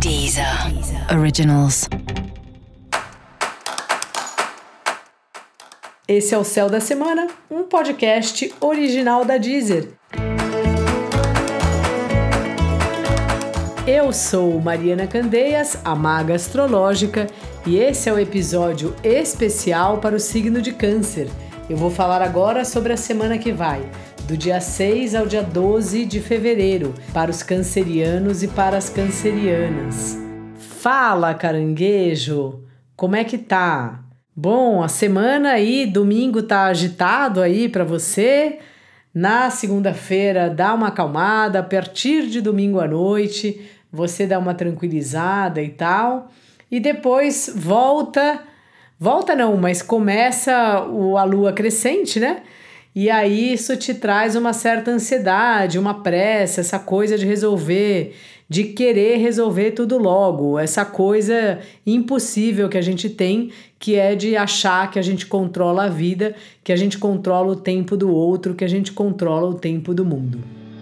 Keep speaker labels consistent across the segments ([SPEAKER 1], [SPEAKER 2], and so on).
[SPEAKER 1] Deezer Originals.
[SPEAKER 2] Esse é o Céu da Semana, um podcast original da Deezer. Eu sou Mariana Candeias, a maga astrológica, e esse é o episódio especial para o signo de Câncer. Eu vou falar agora sobre a semana que vai, do dia 6 ao dia 12 de fevereiro, para os cancerianos e para as cancerianas. Fala, caranguejo! Como é que tá? Bom, a semana aí, domingo tá agitado aí para você. Na segunda-feira dá uma acalmada, a partir de domingo à noite você dá uma tranquilizada e tal. E depois volta não, mas começa a lua crescente, né? E aí isso te traz uma certa ansiedade, uma pressa, essa coisa de resolver, de querer resolver tudo logo, essa coisa impossível que a gente tem, que é de achar que a gente controla a vida, que a gente controla o tempo do outro, que a gente controla o tempo do mundo.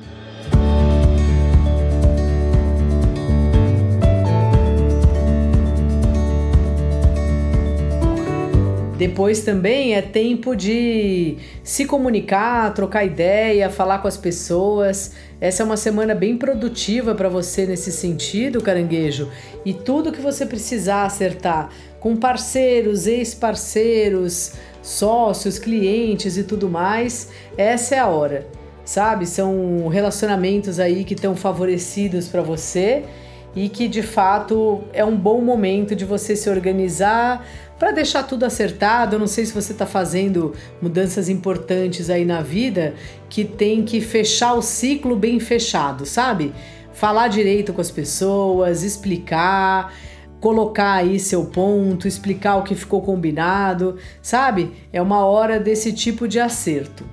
[SPEAKER 2] Depois também é tempo de se comunicar, trocar ideia, falar com as pessoas. Essa é uma semana bem produtiva para você nesse sentido, caranguejo. E tudo que você precisar acertar com parceiros, ex-parceiros, sócios, clientes e tudo mais, essa é a hora, sabe? São relacionamentos aí que estão favorecidos para você e que de fato é um bom momento de você se organizar para deixar tudo acertado. Eu não sei se você está fazendo mudanças importantes aí na vida que tem que fechar o ciclo bem fechado, sabe? Falar direito com as pessoas, explicar, colocar aí seu ponto, explicar o que ficou combinado, sabe? É uma hora desse tipo de acerto.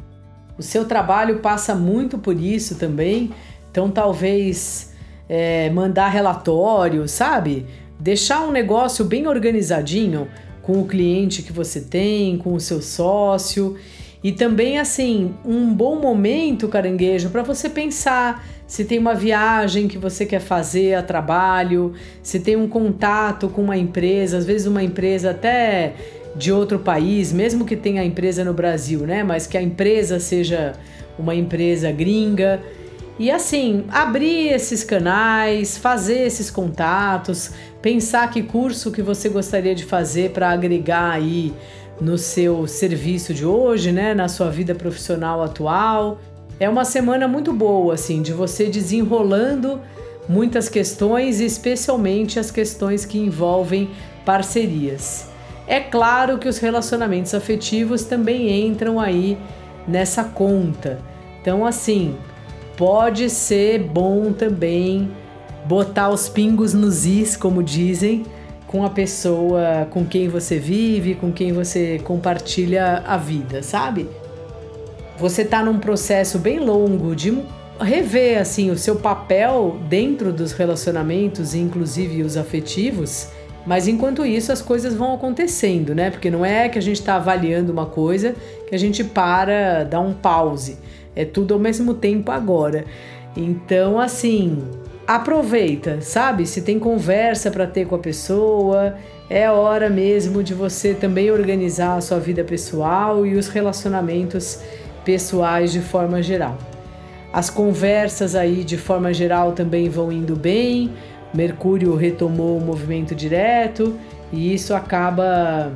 [SPEAKER 2] O seu trabalho passa muito por isso também, então talvez mandar relatório, sabe? Deixar um negócio bem organizadinho com o cliente que você tem, com o seu sócio. E também, assim, um bom momento, caranguejo, para você pensar se tem uma viagem que você quer fazer a trabalho, se tem um contato com uma empresa, às vezes uma empresa até de outro país, mesmo que tenha a empresa no Brasil, né? Mas que a empresa seja uma empresa gringa. E assim, abrir esses canais, fazer esses contatos, pensar que curso que você gostaria de fazer para agregar aí no seu serviço de hoje, né, na sua vida profissional atual. É uma semana muito boa, assim, de você desenrolando muitas questões, especialmente as questões que envolvem parcerias. É claro que os relacionamentos afetivos também entram aí nessa conta. Então, assim, pode ser bom também botar os pingos nos is, como dizem, com a pessoa com quem você vive, com quem você compartilha a vida, sabe? Você tá num processo bem longo de rever, assim, o seu papel dentro dos relacionamentos, inclusive os afetivos, mas enquanto isso as coisas vão acontecendo, né? Porque não é que a gente tá avaliando uma coisa que a gente para, dá um pause. É tudo ao mesmo tempo agora. Então, assim, aproveita, sabe? Se tem conversa para ter com a pessoa, é hora mesmo de você também organizar a sua vida pessoal e os relacionamentos pessoais de forma geral. As conversas aí de forma geral também vão indo bem. Mercúrio retomou o movimento direto e isso acaba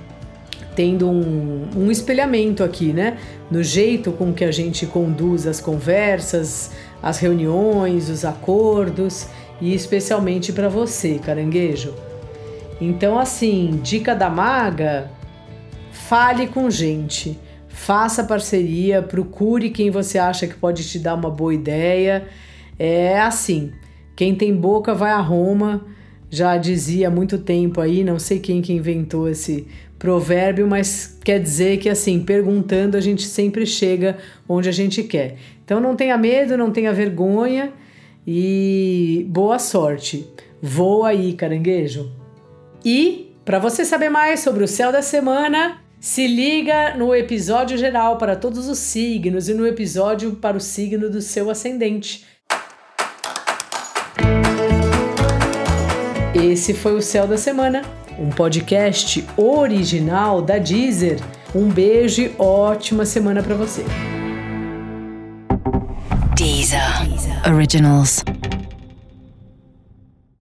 [SPEAKER 2] tendo um espelhamento aqui, né? No jeito com que a gente conduz as conversas, as reuniões, os acordos, e especialmente para você, caranguejo. Então, assim, dica da maga: fale com gente, faça parceria, procure quem você acha que pode te dar uma boa ideia. É assim, quem tem boca vai a Roma, já dizia há muito tempo aí, não sei quem que inventou esse provérbio, mas quer dizer que, assim, perguntando a gente sempre chega onde a gente quer. Então não tenha medo, não tenha vergonha e boa sorte. Voa aí, caranguejo. E para você saber mais sobre o céu da semana, se liga no episódio geral para todos os signos e no episódio para o signo do seu ascendente. Esse foi o Céu da Semana, um podcast original da Deezer. Um beijo e ótima semana para você.
[SPEAKER 1] Deezer Originals.